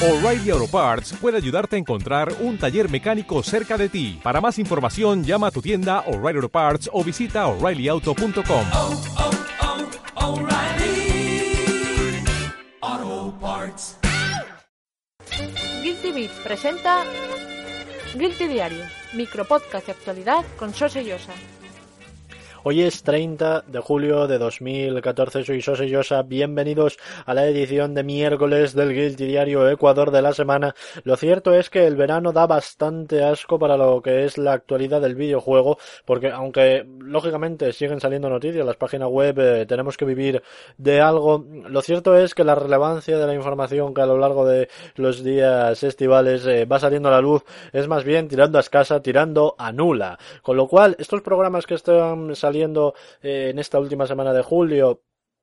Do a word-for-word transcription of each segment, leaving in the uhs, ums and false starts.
O'Reilly Auto Parts puede ayudarte a encontrar un taller mecánico cerca de ti. Para más información, llama a tu tienda O'Reilly Auto Parts o visita O'Reilly Auto punto com. Oh, oh, oh, O'Reilly Auto Parts. Guilty Beat presenta Guilty Diario, micropodcast de actualidad con Sose Llosa. Hoy es treinta de julio de dos mil catorce, soy Sose Llosa, bienvenidos a la edición de miércoles del Guilty Diario Ecuador de la semana. Lo cierto es que el verano da bastante asco para lo que es la actualidad del videojuego, porque aunque lógicamente siguen saliendo noticias, las páginas web, eh, tenemos que vivir de algo, lo cierto es que la relevancia de la información que a lo largo de los días estivales eh, va saliendo a la luz es más bien tirando a escasa, tirando a nula, con lo cual estos programas que están saliendo saliendo eh, en esta última semana de julio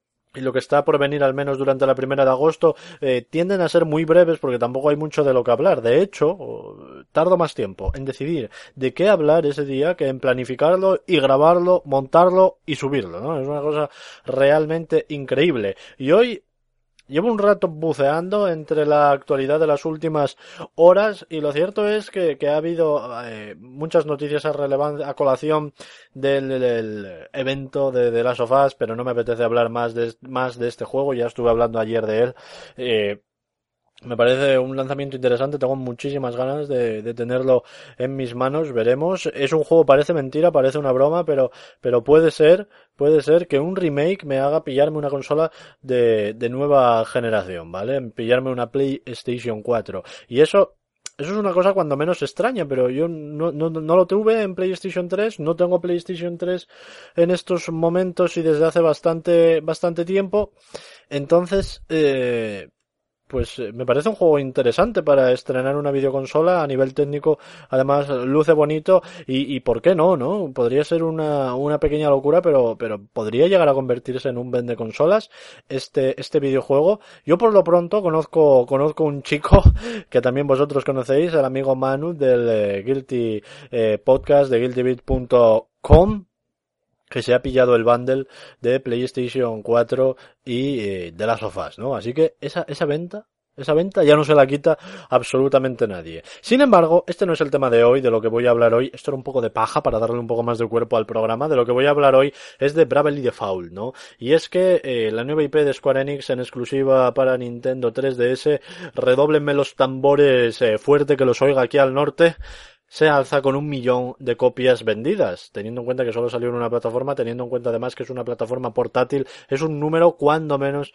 y lo que está por venir al menos durante la primera de agosto eh, tienden a ser muy breves porque tampoco hay mucho de lo que hablar. De hecho, tardo más tiempo en decidir de qué hablar ese día que en planificarlo y grabarlo, montarlo y subirlo, ¿no? Es una cosa realmente increíble. Y hoy llevo un rato buceando entre la actualidad de las últimas horas y lo cierto es que, que ha habido eh, muchas noticias a, relevan- a colación del, del evento de, de Last of Us, pero no me apetece hablar más de, más de este juego, ya estuve hablando ayer de él. Eh, Me parece un lanzamiento interesante, tengo muchísimas ganas de, de tenerlo en mis manos, veremos. Es un juego, parece mentira, parece una broma, pero, pero puede ser, puede ser que un remake me haga pillarme una consola de, de nueva generación, ¿vale? Pillarme una PlayStation cuatro. Y eso, eso es una cosa cuando menos extraña, pero yo no, no, no lo tuve en PlayStation tres, no tengo PlayStation tres en estos momentos y desde hace bastante, bastante tiempo. Entonces, eh, pues me parece un juego interesante para estrenar una videoconsola a nivel técnico, además luce bonito y, y ¿por qué no, no? Podría ser una, una pequeña locura, pero, pero podría llegar a convertirse en un vende consolas este, este videojuego. Yo por lo pronto conozco, conozco un chico que también vosotros conocéis, el amigo Manu del eh, Guilty eh, Podcast de guilty beat punto com, que se ha pillado el bundle de PlayStation cuatro y eh, de Last of Us, ¿no? Así que esa, esa venta, esa venta ya no se la quita absolutamente nadie. Sin embargo, este no es el tema de hoy, de lo que voy a hablar hoy. Esto era un poco de paja para darle un poco más de cuerpo al programa. De lo que voy a hablar hoy es de Bravely Default, ¿no? Y es que eh, la nueva I P de Square Enix en exclusiva para Nintendo tres D S, redóblenme los tambores eh, fuerte que los oiga aquí al norte, se alza con un millón de copias vendidas, teniendo en cuenta que solo salió en una plataforma, teniendo en cuenta además que es una plataforma portátil, es un número cuando menos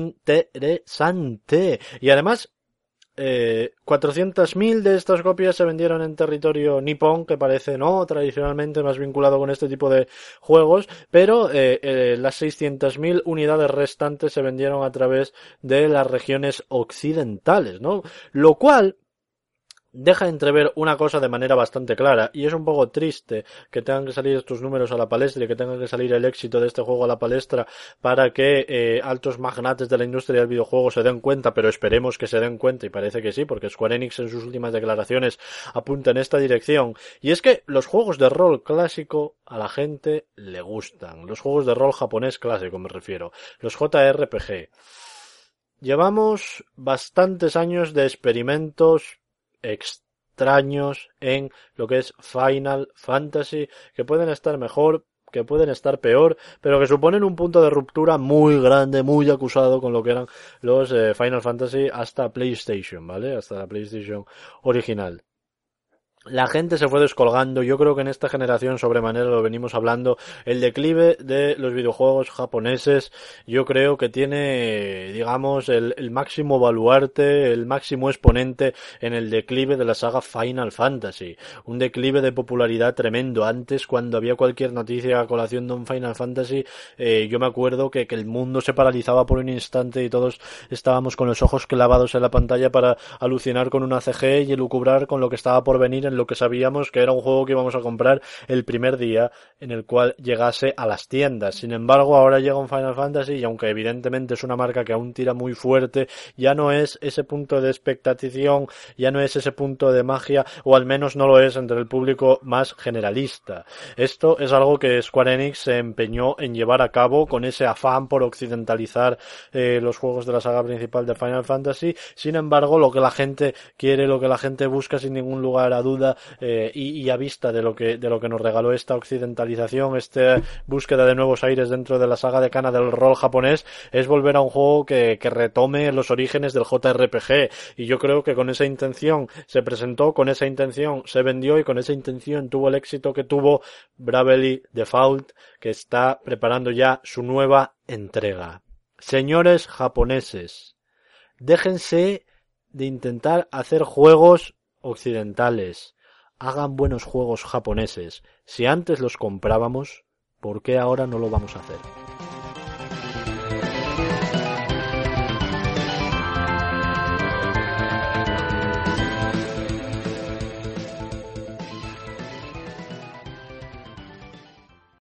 interesante. Y además, eh, cuatrocientas mil de estas copias se vendieron en territorio nipón, que parece no tradicionalmente más vinculado con este tipo de juegos, pero eh, eh, las seiscientas mil unidades restantes se vendieron a través de las regiones occidentales, ¿no? Lo cual deja entrever una cosa de manera bastante clara, y es un poco triste que tengan que salir estos números a la palestra y que tenga que salir el éxito de este juego a la palestra para que eh, altos magnates de la industria del videojuego se den cuenta, pero esperemos que se den cuenta, y parece que sí, porque Square Enix en sus últimas declaraciones apunta en esta dirección, y es que los juegos de rol clásico a la gente le gustan, los juegos de rol japonés clásico me refiero, los J R P G. Llevamos bastantes años de experimentos extraños en lo que es Final Fantasy, que pueden estar mejor, que pueden estar peor, pero que suponen un punto de ruptura muy grande, muy acusado con lo que eran los eh, Final Fantasy hasta PlayStation, ¿vale? Hasta la PlayStation original. La gente se fue descolgando, yo creo que en esta generación sobremanera lo venimos hablando, el declive de los videojuegos japoneses yo creo que tiene, digamos, el, el máximo baluarte, el máximo exponente en el declive de la saga Final Fantasy, un declive de popularidad tremendo. Antes, cuando había cualquier noticia a colación de un Final Fantasy, eh, yo me acuerdo que, que el mundo se paralizaba por un instante y todos estábamos con los ojos clavados en la pantalla para alucinar con una C G y elucubrar con lo que estaba por venir en lo que sabíamos que era un juego que íbamos a comprar el primer día en el cual llegase a las tiendas. Sin embargo, ahora llega un Final Fantasy y aunque evidentemente es una marca que aún tira muy fuerte, ya no es ese punto de expectación, ya no es ese punto de magia, o al menos no lo es entre el público más generalista. Esto es algo que Square Enix se empeñó en llevar a cabo con ese afán por occidentalizar eh, los juegos de la saga principal de Final Fantasy. Sin embargo, lo que la gente quiere, lo que la gente busca sin ningún lugar a duda, eh, y, y a vista de lo que de lo que nos regaló esta occidentalización, esta búsqueda de nuevos aires dentro de la saga de Kana del rol japonés, es volver a un juego que, que retome los orígenes del J R P G, y yo creo que con esa intención se presentó, con esa intención se vendió y con esa intención tuvo el éxito que tuvo Bravely Default, que está preparando ya su nueva entrega. Señores japoneses, déjense de intentar hacer juegos occidentales, hagan buenos juegos japoneses. Si antes los comprábamos, ¿por qué ahora no lo vamos a hacer?